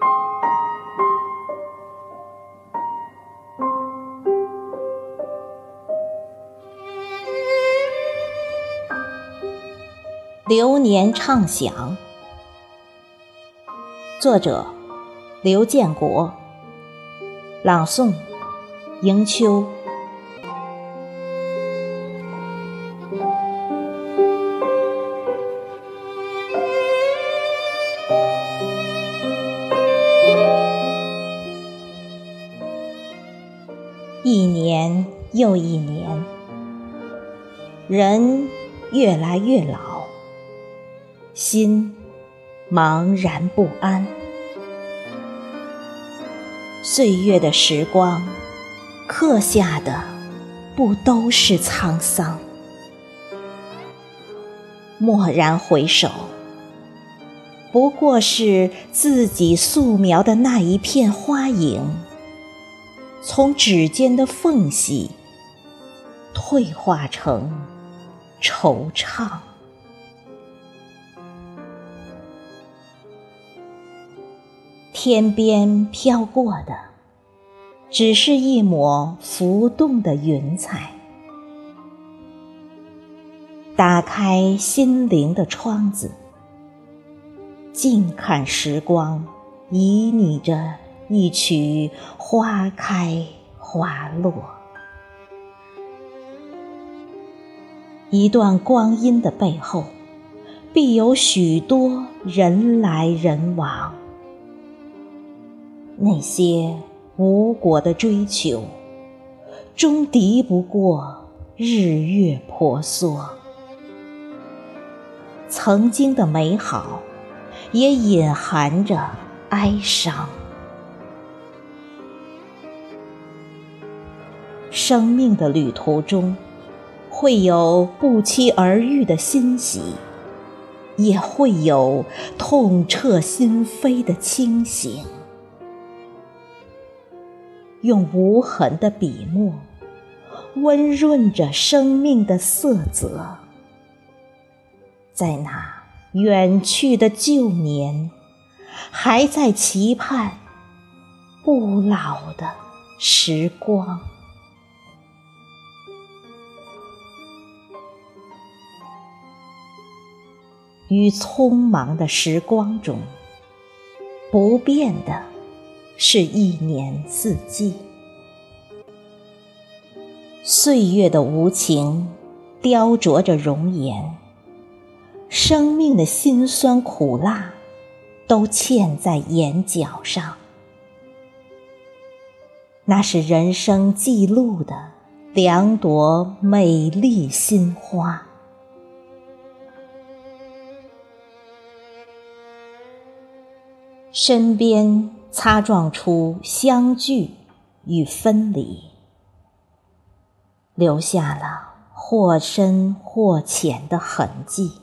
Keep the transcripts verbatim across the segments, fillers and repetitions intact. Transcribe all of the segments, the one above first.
流年畅想，作者刘建国，朗诵迎秋。一年又一年，人越来越老，心茫然不安。岁月的时光刻下的不都是沧桑？蓦然回首，不过是自己素描的那一片花影，从指尖的缝隙退化成惆怅。天边飘过的只是一抹浮动的云彩，打开心灵的窗子，静看时光旖旎着一曲花开花落。一段光阴的背后，必有许多人来人往。那些无果的追求，终敌不过日月婆娑。曾经的美好，也隐含着哀伤。生命的旅途中，会有不期而遇的欣喜，也会有痛彻心扉的清醒。用无痕的笔墨，温润着生命的色泽。在那远去的旧年，还在期盼不老的时光。于匆忙的时光中，不变的是一年四季。岁月的无情雕琢着容颜，生命的辛酸苦辣都嵌在眼角上。那是人生记录的两朵美丽心花。身边擦撞出相聚与分离，留下了或深或浅的痕迹。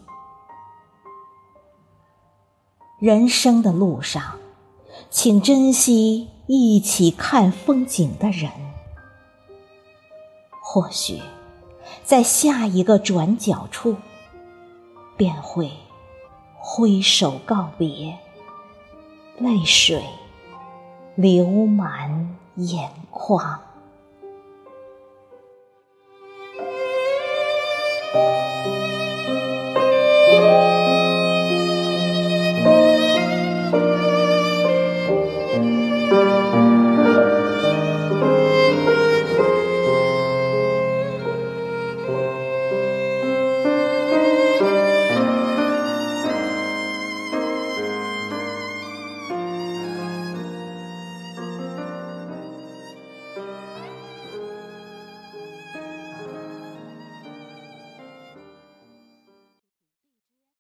人生的路上，请珍惜一起看风景的人。或许在下一个转角处，便会挥手告别，泪水流满眼眶。